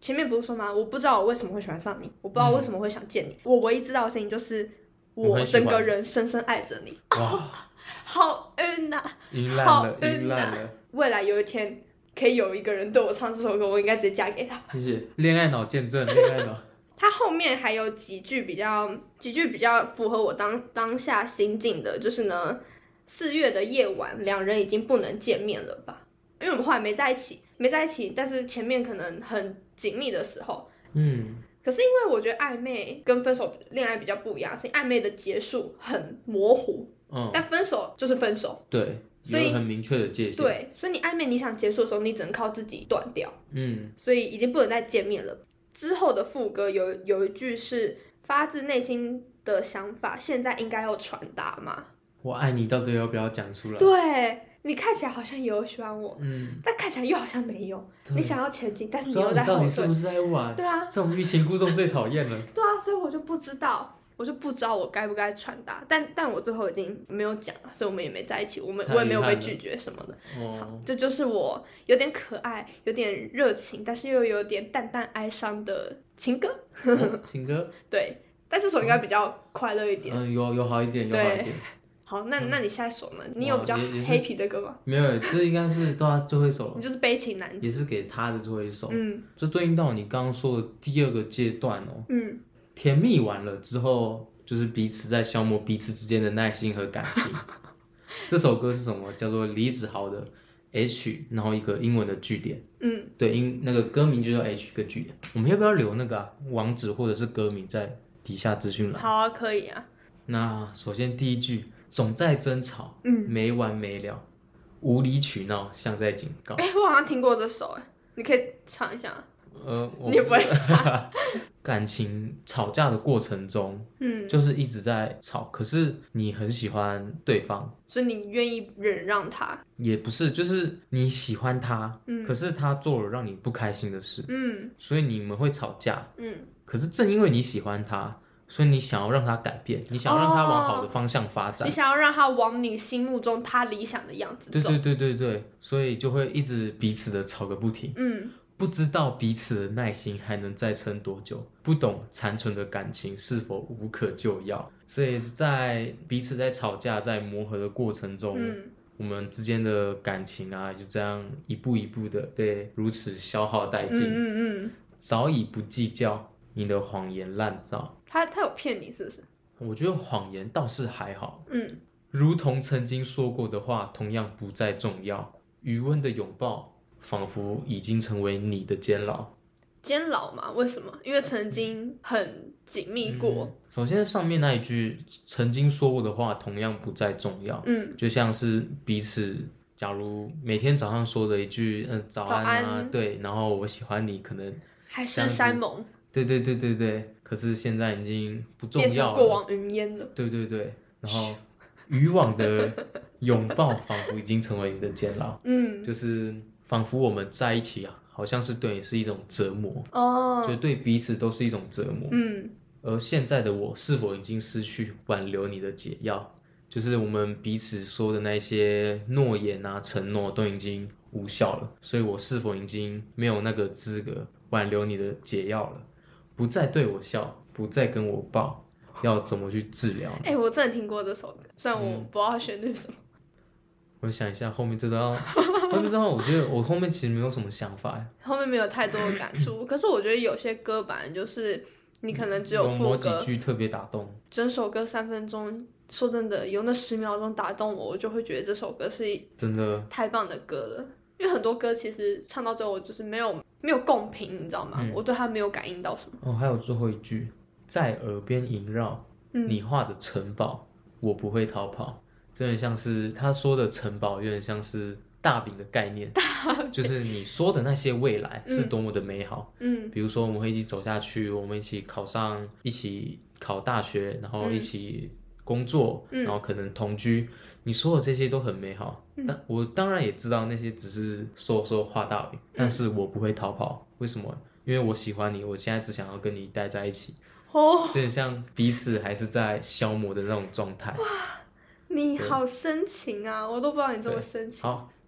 [SPEAKER 1] 前面不是说吗？我不知道我为什么会喜欢上你，我不知道为什么会想见你。我唯一知道的事情就是我整个人深深爱着你。哇，好晕呐，好晕呐！未来有一天可以有一个人对我唱这首歌，我应该直接嫁给他。
[SPEAKER 2] 谢谢，恋爱脑见证，恋爱脑。
[SPEAKER 1] 他后面还有几句比较符合我当下心境的，就是呢，4月的夜晚，两人已经不能见面了吧？因为我们后来没在一起，但是前面可能很紧密的时候，可是因为我觉得暧昧跟分手恋爱比较不一样，是暧昧的结束很模糊，但分手就是分手，
[SPEAKER 2] 对，有很明确的界限，
[SPEAKER 1] 对，所以你暧昧你想结束的时候，你只能靠自己断掉，所以已经不能再见面了。之后的副歌有一句是发自内心的想法，现在应该要传达吗？
[SPEAKER 2] 我爱你到底要不要讲出来？
[SPEAKER 1] 对，你看起来好像有喜欢我，但看起来又好像没有。你想要前进，但是你又在后退。
[SPEAKER 2] 到底是不是在玩？
[SPEAKER 1] 对啊，
[SPEAKER 2] 这种欲擒故纵最讨厌了。
[SPEAKER 1] 对啊，所以我就不知道我该不该传达，但我最后已经没有讲了，所以我们也没在一起，我也没有被拒绝什么的。好，这就是我有点可爱、有点热情，但是又有点淡淡哀伤的情歌。
[SPEAKER 2] 情歌。对，
[SPEAKER 1] 但这首应该比较快乐一点。
[SPEAKER 2] 有好一点，有好一点。
[SPEAKER 1] 好，那你下一首呢？你有比较黑皮的歌吗？
[SPEAKER 2] 没有，这应该是最后一首了。
[SPEAKER 1] 你就是悲情男子，
[SPEAKER 2] 也是给他的最后一首。这对应到你刚刚说的第二个阶段哦。甜蜜完了之后，就是彼此在消磨彼此之间的耐心和感情。这首歌是什么？叫做李子豪的 H， 然后一个英文的句点。对，那个歌名就叫 H 一个句点。我们要不要留那个网址或者是歌名在底下资讯栏？
[SPEAKER 1] 好啊，可以啊。
[SPEAKER 2] 那首先第一句，总在争吵，没完没了，无理取闹，像在警告。
[SPEAKER 1] 我好像听过这首，你可以唱一下。你也不会唱。
[SPEAKER 2] 感情吵架的过程中，就是一直在吵，可是你很喜欢对方，
[SPEAKER 1] 所以你愿意忍让他。
[SPEAKER 2] 也不是，就是你喜欢他，可是他做了让你不开心的事，所以你们会吵架，可是正因为你喜欢他，所以你想要让他改变，你想要让他往好的方向发展，
[SPEAKER 1] 你想要让他往你心目中他理想的样子走。
[SPEAKER 2] 对，所以就会一直彼此的吵个不停。不知道彼此的耐心还能再撑多久，不懂残存的感情是否无可救药，所以在彼此在吵架在磨合的过程中，我们之间的感情啊就这样一步一步的被如此消耗殆尽。早已不计较你的谎言烂造。
[SPEAKER 1] 他有骗你是不是？
[SPEAKER 2] 我觉得谎言倒是还好，如同曾经说过的话同样不再重要，余温的拥抱仿佛已经成为你的监牢。
[SPEAKER 1] 监牢吗？为什么？因为曾经很紧密过。
[SPEAKER 2] 首先上面那一句曾经说过的话同样不再重要，就像是彼此假如每天早上说的一句早安啊，对，然后我喜欢你，可能
[SPEAKER 1] 海誓山盟，
[SPEAKER 2] 对，可是现在已经不重要了，变成
[SPEAKER 1] 过往云烟了。
[SPEAKER 2] 对，然后渔网的拥抱仿佛已经成为你的监牢，就是仿佛我们在一起啊，好像是对你是一种折磨就对彼此都是一种折磨。而现在的我是否已经失去挽留你的解药？就是我们彼此说的那些诺言啊、承诺都已经无效了，所以我是否已经没有那个资格挽留你的解药了？不再对我笑，不再跟我抱，要怎么去治疗呢？
[SPEAKER 1] 我真的听过这首歌，虽然我不知道旋律什么。
[SPEAKER 2] 我想一下后面这段，我觉得我后面其实没有什么想法，
[SPEAKER 1] 后面没有太多的感触。可是我觉得有些歌本来就是你可能只有副歌，
[SPEAKER 2] 某几句特别打动。
[SPEAKER 1] 整首歌3分钟，说真的，有那10秒钟打动我，我就会觉得这首歌是
[SPEAKER 2] 真的
[SPEAKER 1] 太棒的歌了。因为很多歌其实唱到最后，我就是没有共鸣，你知道吗？我对它没有感应到什么。
[SPEAKER 2] 还有最后一句，在耳边萦绕，你画的城堡，我不会逃跑。真的像是他说的城堡，有点像是大饼的概念，就是你说的那些未来是多么的美好。比如说我们会一起走下去，我们一起考大学，然后一起工作，然后可能同居，你说的这些都很美好。但我当然也知道那些只是说画大饼，但是我不会逃跑。为什么？因为我喜欢你，我现在只想要跟你待在一起。就很像彼此还是在消磨的那种状态。
[SPEAKER 1] 你好深情啊，我都不知道你这么深情。
[SPEAKER 2] 好，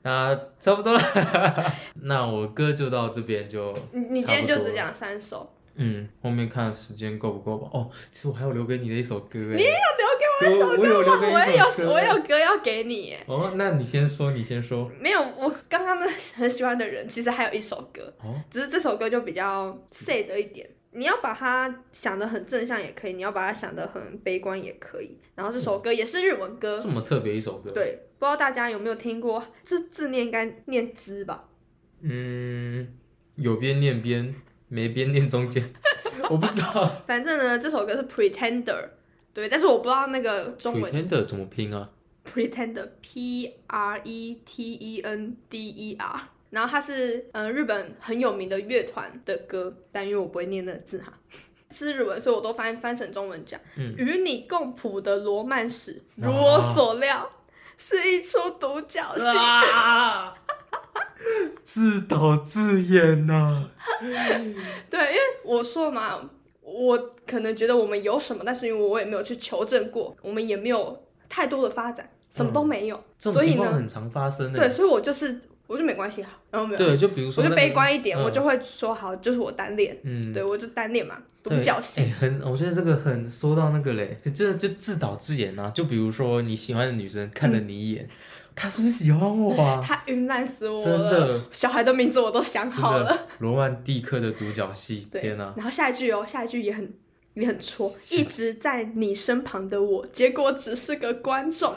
[SPEAKER 2] 那差不多了。那我歌就到这边就
[SPEAKER 1] 你今天就只讲3首。
[SPEAKER 2] 后面看时间够不够吧。哦，其实我还有留给你的一首歌哎。
[SPEAKER 1] 你也有留给我一首歌吗？我也有歌要给你耶。
[SPEAKER 2] 哦，那你先说，没
[SPEAKER 1] 有，我刚刚很喜欢的人，其实还有一首歌，只是这首歌就比较 sad 一点。你要把它想得很正向也可以，你要把它想得很悲观也可以。然后这首歌也是日文歌，
[SPEAKER 2] 这么特别一首歌。
[SPEAKER 1] 对，不知道大家有没有听过？这字念应该念滋吧？
[SPEAKER 2] 有边念边，没边念中间，我不知道。
[SPEAKER 1] 反正呢，这首歌是 Pretender， 对，但是我不知道那个中文
[SPEAKER 2] Pretender 怎么拼啊
[SPEAKER 1] ？Pretender Pretender。然后它是日本很有名的乐团的歌，但因为我不会念那个字哈，是日文，所以我都翻成中文讲。与你共谱的罗曼史，如我所料，是一出独角戏。
[SPEAKER 2] 自导自演呐。
[SPEAKER 1] 对，因为我说嘛，我可能觉得我们有什么，但是因为我也没有去求证过，我们也没有太多的发展，什么都没有。
[SPEAKER 2] 这种情况很常发生的。
[SPEAKER 1] 对，所以我就没关系哈，然后没有。
[SPEAKER 2] 对，就比如说、
[SPEAKER 1] 我就悲观一点，我就会说好，就是我单恋。对，我就单恋嘛，独角戏。
[SPEAKER 2] 我觉得这个很说到那个嘞，就自导自演啊。就比如说你喜欢的女生看了你一眼，她是不是喜欢我啊？
[SPEAKER 1] 她晕烂死我了，
[SPEAKER 2] 真的。
[SPEAKER 1] 小孩的名字我都想好了。
[SPEAKER 2] 罗曼蒂克的独角戏，天哪！
[SPEAKER 1] 然后下一句也很戳，一直在你身旁的我，结果只是个观众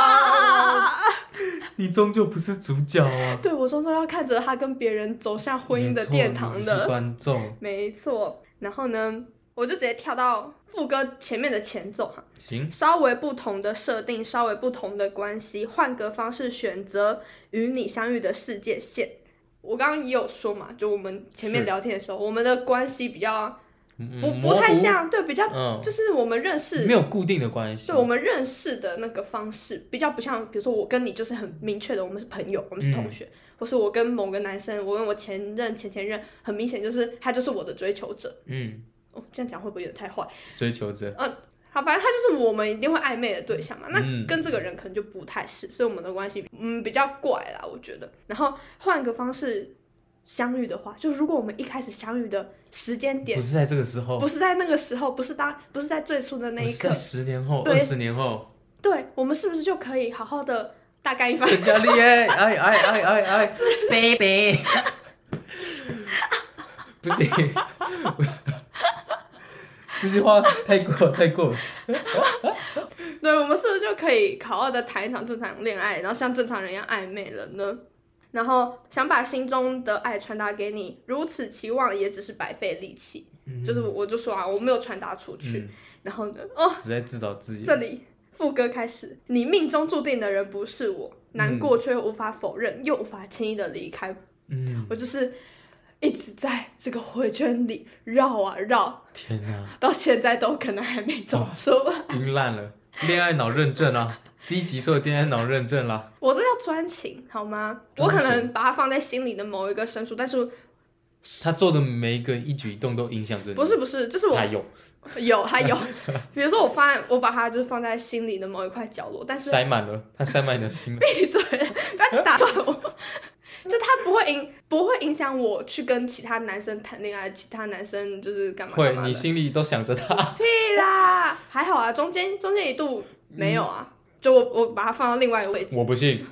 [SPEAKER 2] 你终究不是主角啊！
[SPEAKER 1] 对，我终究要看着他跟别人走向婚姻的殿堂的。
[SPEAKER 2] 你只是观众。
[SPEAKER 1] 没错。然后呢，我就直接跳到副歌前面的前奏哈。
[SPEAKER 2] 行。
[SPEAKER 1] 稍微不同的设定，稍微不同的关系，换个方式选择与你相遇的世界线。我刚刚也有说嘛，就我们前面聊天的时候，我们的关系比较。不太像，对，比较就是我们认识
[SPEAKER 2] 没有固定的关系，
[SPEAKER 1] 对，我们认识的那个方式比较不像，比如说我跟你就是很明确的，我们是朋友，我们是同学，或是我跟某个男生，我跟我前任、前任，很明显就是他就是我的追求者，这样讲会不会有点太坏？
[SPEAKER 2] 追求者，
[SPEAKER 1] 好，反正他就是我们一定会暧昧的对象嘛，那跟这个人可能就不太是，所以我们的关系比较怪啦，我觉得。然后换个方式相遇的话，就如果我们一开始相遇的时间点
[SPEAKER 2] 不是在这个时候，
[SPEAKER 1] 不是在那个时候，不是在最初的那一刻，
[SPEAKER 2] 是10年后、20年后，
[SPEAKER 1] 对，我们是不是就可以好好的大干一番？
[SPEAKER 2] 成家立业，哎，baby， 不行，这句话太过了。
[SPEAKER 1] 对，我们是不是就可以好好的谈一场正常恋爱，然后像正常人一样暧昧了呢？然后想把心中的爱传达给你，如此期望也只是白费力气。就是我就说啊，我没有传达出去。然后呢，
[SPEAKER 2] 只在自导自演。
[SPEAKER 1] 这里副歌开始，你命中注定的人不是我，难过却无法否认，又无法轻易的离开。我就是一直在这个回圈里绕啊绕，
[SPEAKER 2] 天哪，
[SPEAKER 1] 到现在都可能还没走出来。
[SPEAKER 2] 晕烂了，恋爱脑认证啊。第一集说的恋爱脑认证啦，我
[SPEAKER 1] 这叫专情好吗？我可能把它放在心里的某一个深处，但是
[SPEAKER 2] 他做的每一个一举一动都影响着你。
[SPEAKER 1] 不是，就是我
[SPEAKER 2] 他
[SPEAKER 1] 有，比如说我把它就是放在心里的某一块角落，但是
[SPEAKER 2] 塞满了，他塞满你的心。
[SPEAKER 1] 闭嘴，不要打断我。就他不会影响我去跟其他男生谈恋爱，其他男生就是干嘛的。
[SPEAKER 2] 会，你心里都想着他。
[SPEAKER 1] 屁啦，还好啊，中间一度没有啊。就我把它放到另外一个位置。
[SPEAKER 2] 我不信。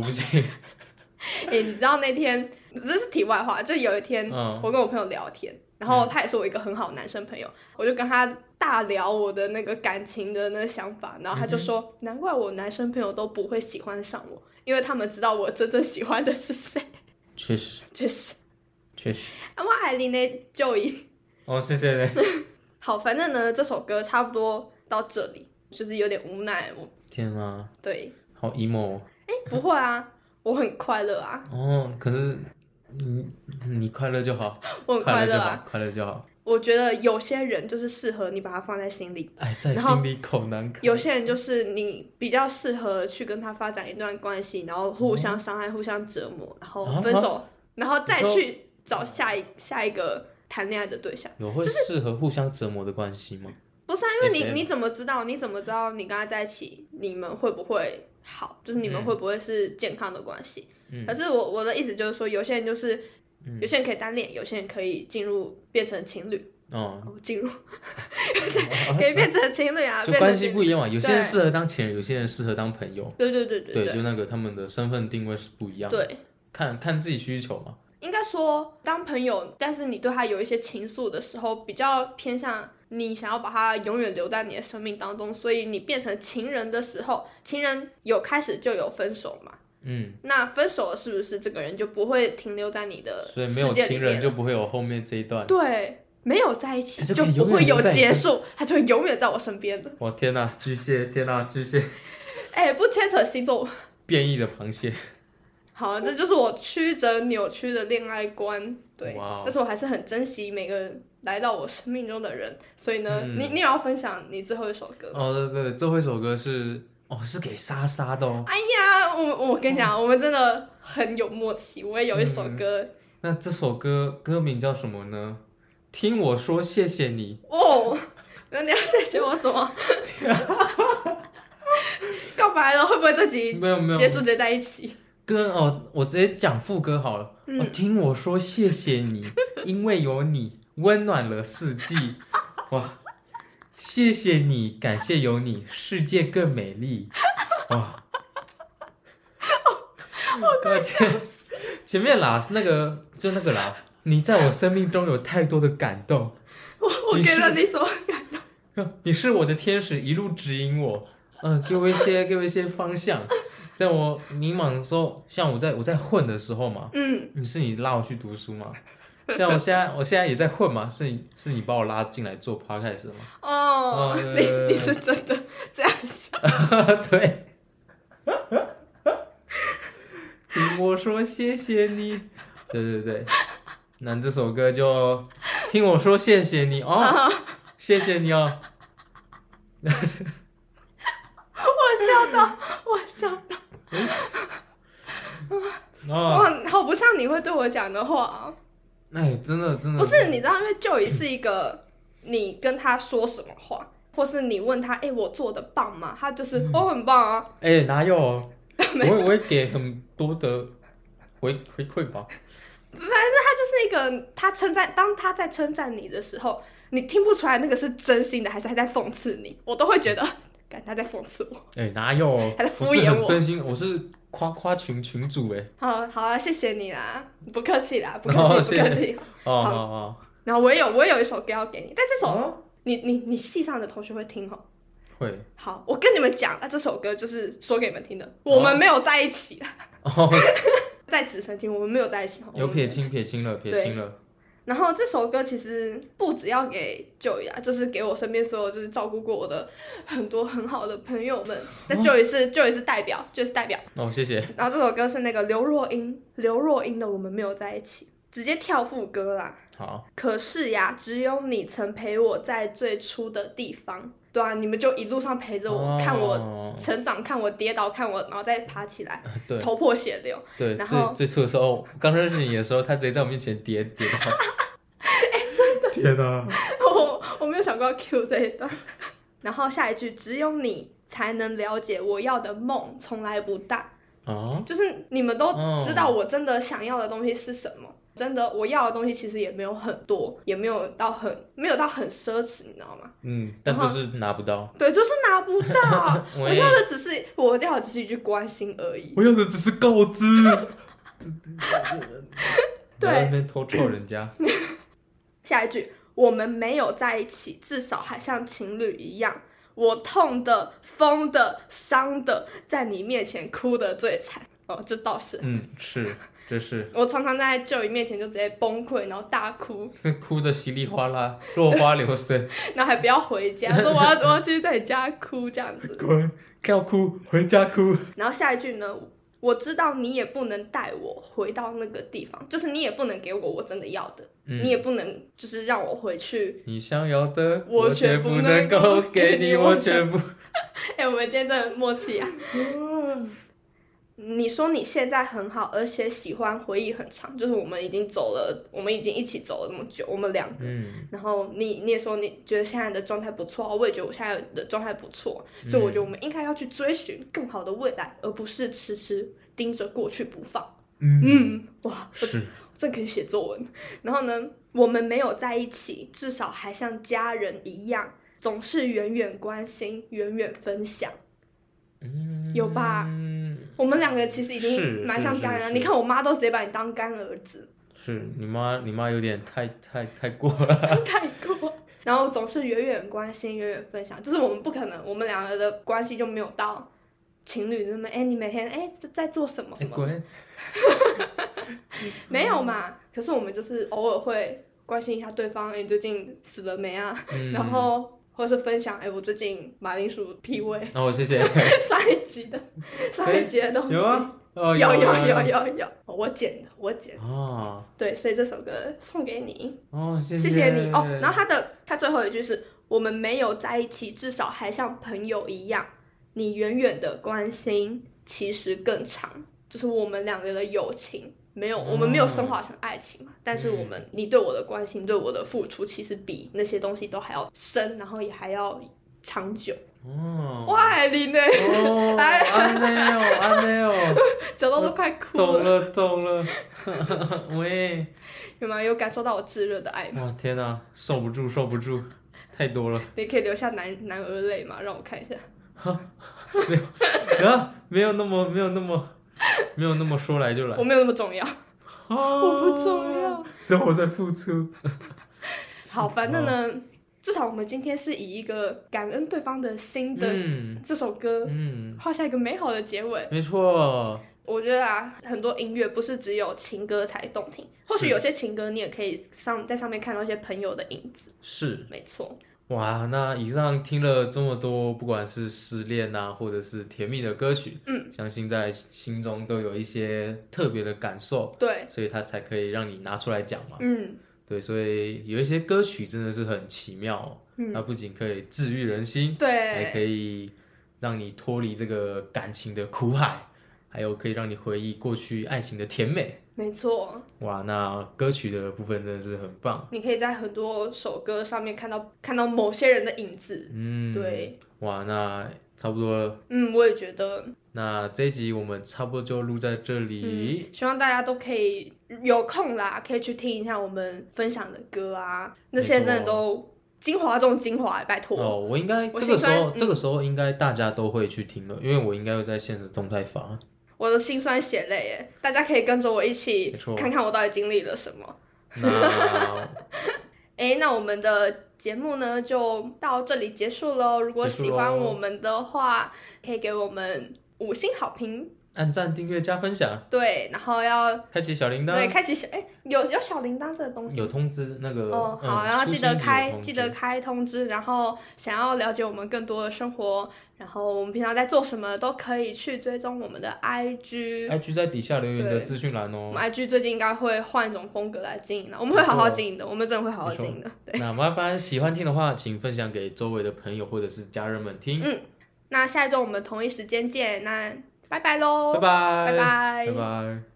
[SPEAKER 1] 你知道那天，这是题外话，就有一天我跟我朋友聊天，然后他也是我一个很好的男生朋友，我就跟他大聊我的那个感情的那个想法，然后他就说，难怪我男生朋友都不会喜欢上我，因为他们知道我真正喜欢的是谁。确实。我爱你呢，Joey。
[SPEAKER 2] 谢谢你。
[SPEAKER 1] 好，反正呢，这首歌差不多到这里，就是有点无奈。
[SPEAKER 2] 天啊。
[SPEAKER 1] 对。
[SPEAKER 2] 好 emo。
[SPEAKER 1] 不会啊，我很快乐啊。
[SPEAKER 2] 可是你快乐就好。
[SPEAKER 1] 我很快乐啊，
[SPEAKER 2] 快乐就好。
[SPEAKER 1] 我觉得有些人就是适合你把它放在心里，
[SPEAKER 2] 在心里口难开。
[SPEAKER 1] 有些人就是你比较适合去跟他发展一段关系，然后互相伤害、互相折磨，然后分手，然后再去找下一个谈恋爱的对象。
[SPEAKER 2] 有会适合互相折磨的关系吗？
[SPEAKER 1] 不是啊，因为你怎么知道？你跟他在一起，你们会不会好，就是你们会不会是健康的关系。可是我的意思就是说，有些人就是有些人可以单恋，有些人可以变成情侣。进入可以变成情侣啊，
[SPEAKER 2] 就关系不一样嘛。有些人适合当情人，有些人适合当朋友。
[SPEAKER 1] 对，
[SPEAKER 2] 就那个他们的身份定位是不一样的。对，看自己需求嘛。
[SPEAKER 1] 应该说当朋友，但是你对他有一些情愫的时候，比较偏向你想要把他永远留在你的生命当中，所以你变成情人的时候，情人有开始就有分手嘛。那分手了是不是这个人就不会停留在你的世界里面了？
[SPEAKER 2] 所以没有情人就不会有后面这一段。
[SPEAKER 1] 对，没有在一起就不会有结束，他就会永远在我身边的。
[SPEAKER 2] 我天哪，巨蟹！天哪，巨蟹！
[SPEAKER 1] 不牵扯星座。变
[SPEAKER 2] 异的螃蟹。
[SPEAKER 1] 好，这就是我曲折扭曲的恋爱观。对，但是我还是很珍惜每个来到我生命中的人。所以呢，你也要分享你最后一首歌。
[SPEAKER 2] 对，最后一首歌是给莎莎的哦。
[SPEAKER 1] 哎呀，我跟你讲，我们真的很有默契。我也有一首歌。
[SPEAKER 2] 那这首歌名叫什么呢？听我说谢谢你。
[SPEAKER 1] 那你要谢谢我什么？告白了，会不会这集
[SPEAKER 2] 没有
[SPEAKER 1] 结束直接在一起？
[SPEAKER 2] 我直接讲副歌好了。听我说谢谢你，因为有你温暖了四季。哇，谢谢你，感谢有你，世界更美丽。哇，前面啦是那个啦。你在我生命中有太多的感动。
[SPEAKER 1] 我给了你什么感动？
[SPEAKER 2] 你是我的天使，一路指引我，给我一些方向。在我迷茫的时候，像我在混的时候嘛，你拉我去读书嘛。像我现在也在混嘛，是你把我拉进来做 podcast 嘛。
[SPEAKER 1] 你是真的这样想？
[SPEAKER 2] 对。听我说谢谢你。对。那这首歌就听我说谢谢你哦，谢谢你哦。
[SPEAKER 1] 我笑到。好不像你会对我讲的话。
[SPEAKER 2] 真的
[SPEAKER 1] 不是，你知道，因为Joey是一个你跟他说什么话，或是你问他，我做的棒吗？他就是很棒啊。
[SPEAKER 2] 哪有？我会给很多的回馈吧。
[SPEAKER 1] 反正他就是一个，当他在称赞你的时候，你听不出来那个是真心的还是他在讽刺你，我都会觉得他在讽刺我。
[SPEAKER 2] 哪有？
[SPEAKER 1] 他在敷衍我。
[SPEAKER 2] 很真心，我是夸群主。
[SPEAKER 1] 好啊，谢谢你啦，不客气啦，不客气。
[SPEAKER 2] 好。
[SPEAKER 1] 然后我有一首歌要给你，但这首你系上的同学会听哦。
[SPEAKER 2] 会。
[SPEAKER 1] 好，我跟你们讲，这首歌就是说给你们听的，我们没有在一起。在此澄清，我们没有在一起。
[SPEAKER 2] 有撇清了。
[SPEAKER 1] 然后这首歌其实不只要给 Joey 啊，就是给我身边所有就是照顾过我的很多很好的朋友们。那 Joey 是代表，就是代表。
[SPEAKER 2] 谢谢。
[SPEAKER 1] 然后这首歌是那个刘若英的《我们没有在一起》，直接跳副歌啦。
[SPEAKER 2] 好。
[SPEAKER 1] 可是呀，只有你曾陪我在最初的地方。对啊，你们就一路上陪着我，看我成长，看我跌倒，看我然后再爬起来，头破血流。
[SPEAKER 2] 对，
[SPEAKER 1] 然后
[SPEAKER 2] 最初的时候，刚认识你的时候，他直接在我面前跌倒。
[SPEAKER 1] 真的。
[SPEAKER 2] 天哪！
[SPEAKER 1] 我没有想过要 cue 这一段。然后下一句，只有你才能了解我要的梦从来不大。就是你们都知道我真的想要的东西是什么。真的，我要的东西其实也没有很多，也没有到很奢侈，你知道吗？
[SPEAKER 2] 但就是拿不到。
[SPEAKER 1] 对，就是拿不到。我要的只是一句关心而已。
[SPEAKER 2] 我要的只是告知。
[SPEAKER 1] 对，
[SPEAKER 2] 在那边偷臭人家。
[SPEAKER 1] 下一句，我们没有在一起，至少还像情侣一样。我痛的、疯的、伤的，在你面前哭的最惨。这倒是。
[SPEAKER 2] 是。这是
[SPEAKER 1] 我常常在Joey面前就直接崩溃，然后大哭，
[SPEAKER 2] 哭得稀里哗啦，落花流水，
[SPEAKER 1] 然后还不要回家，说我要继续在你家哭这样子。
[SPEAKER 2] 滚，要哭回家哭。
[SPEAKER 1] 然后下一句呢？我知道你也不能带我回到那个地方，就是你也不能给我真的要的，你也不能就是让我回去。
[SPEAKER 2] 你想要的，我却不能够给你，我全部。
[SPEAKER 1] 我们今天真的很默契啊。 你说你现在很好，而且喜欢回忆很长，就是我们已经一起走了那么久，我们2个，然后你也说你觉得现在的状态不错，我也觉得我现在的状态不错，所以我觉得我们应该要去追寻更好的未来，而不是迟迟盯着过去不放。哇，我真可以写作文。然后呢，我们没有在一起，至少还像家人一样，总是远远关心，远远分享。有吧？我们2个其实已经蛮像家人了。你看我妈都直接把你当干儿子。
[SPEAKER 2] 是你妈有点太过了。
[SPEAKER 1] 太过。然后总是远远关心，远远分享，就是我们不可能，我们2个的关系就没有到情侣那么，你每天在做什么什么？滚！没有嘛？可是我们就是偶尔会关心一下对方，你最近死了没啊？然后。或是分享，我最近马铃薯屁味。谢谢。上一集的东西。有啊。有。我剪的。哦。对，所以这首歌送给你。谢谢你。然后他最后一句是：我们没有在一起，至少还像朋友一样。你远远的关心，其实更长，就是我们2个的友情。我们没有升华成爱情嘛，但是你对我的关心，对我的付出，其实比那些东西都还要深，然后也还要长久。哇，你呢？安内哦，讲到都快哭了。懂了。喂，有吗？有感受到我炙热的爱吗？
[SPEAKER 2] 哇，天哪，受不住，太多了。
[SPEAKER 1] 你可以流下男儿泪吗？让我看一下。
[SPEAKER 2] 没有那么说来就来。
[SPEAKER 1] 我没有那么重要。我不重要。
[SPEAKER 2] 只有我在付出。
[SPEAKER 1] 好，反正呢，至少我们今天是以一个感恩对方的心的这首歌，画下一个美好的结尾。
[SPEAKER 2] 没错。
[SPEAKER 1] 我觉得很多音乐不是只有情歌才动听，或许有些情歌你也可以在上面看到一些朋友的影子。
[SPEAKER 2] 是，
[SPEAKER 1] 没错。
[SPEAKER 2] 哇，那以上听了这么多，不管是失恋啊，或者是甜蜜的歌曲，相信在心中都有一些特别的感受，
[SPEAKER 1] 对，
[SPEAKER 2] 所以它才可以让你拿出来讲嘛，对，所以有一些歌曲真的是很奇妙，它不仅可以治愈人心，
[SPEAKER 1] 对，
[SPEAKER 2] 还可以让你脱离这个感情的苦海，还有可以让你回忆过去爱情的甜美。
[SPEAKER 1] 没错。
[SPEAKER 2] 哇，那歌曲的部分真的是很棒，
[SPEAKER 1] 你可以在很多首歌上面看到某些人的影子。对。
[SPEAKER 2] 哇，那差不多了。
[SPEAKER 1] 我也觉得。
[SPEAKER 2] 那这一集我们差不多就录在这里。
[SPEAKER 1] 希望大家都可以有空啦，可以去听一下我们分享的歌啊，那些真的都精华中精华，拜托。
[SPEAKER 2] 我应该这个时候应该大家都会去听了，因为我应该会在现实动态发。
[SPEAKER 1] 我的辛酸血泪耶，大家可以跟着我一起看看我到底经历了什么。那我们的节目呢就到这里结束咯。如果喜欢我们的话，可以给我们5星好评，
[SPEAKER 2] 按赞、订阅、加分享。
[SPEAKER 1] 对，然后要
[SPEAKER 2] 开启小铃铛。
[SPEAKER 1] 对，开启有小铃铛这个东西。
[SPEAKER 2] 有通知那个。
[SPEAKER 1] 好，然后记得开通知，然后想要了解我们更多的生活，然后我们平常在做什么，都可以去追踪我们的 IG
[SPEAKER 2] 在底下留言的资讯栏哦。
[SPEAKER 1] 我们 IG 最近应该会换一种风格来经营了，我们会好好经营的，我们真的会好好经营的。对。
[SPEAKER 2] 那麻烦喜欢听的话，请分享给周围的朋友或者是家人们听。
[SPEAKER 1] 那下一周我们同一时间见，那拜拜咯。
[SPEAKER 2] 拜拜。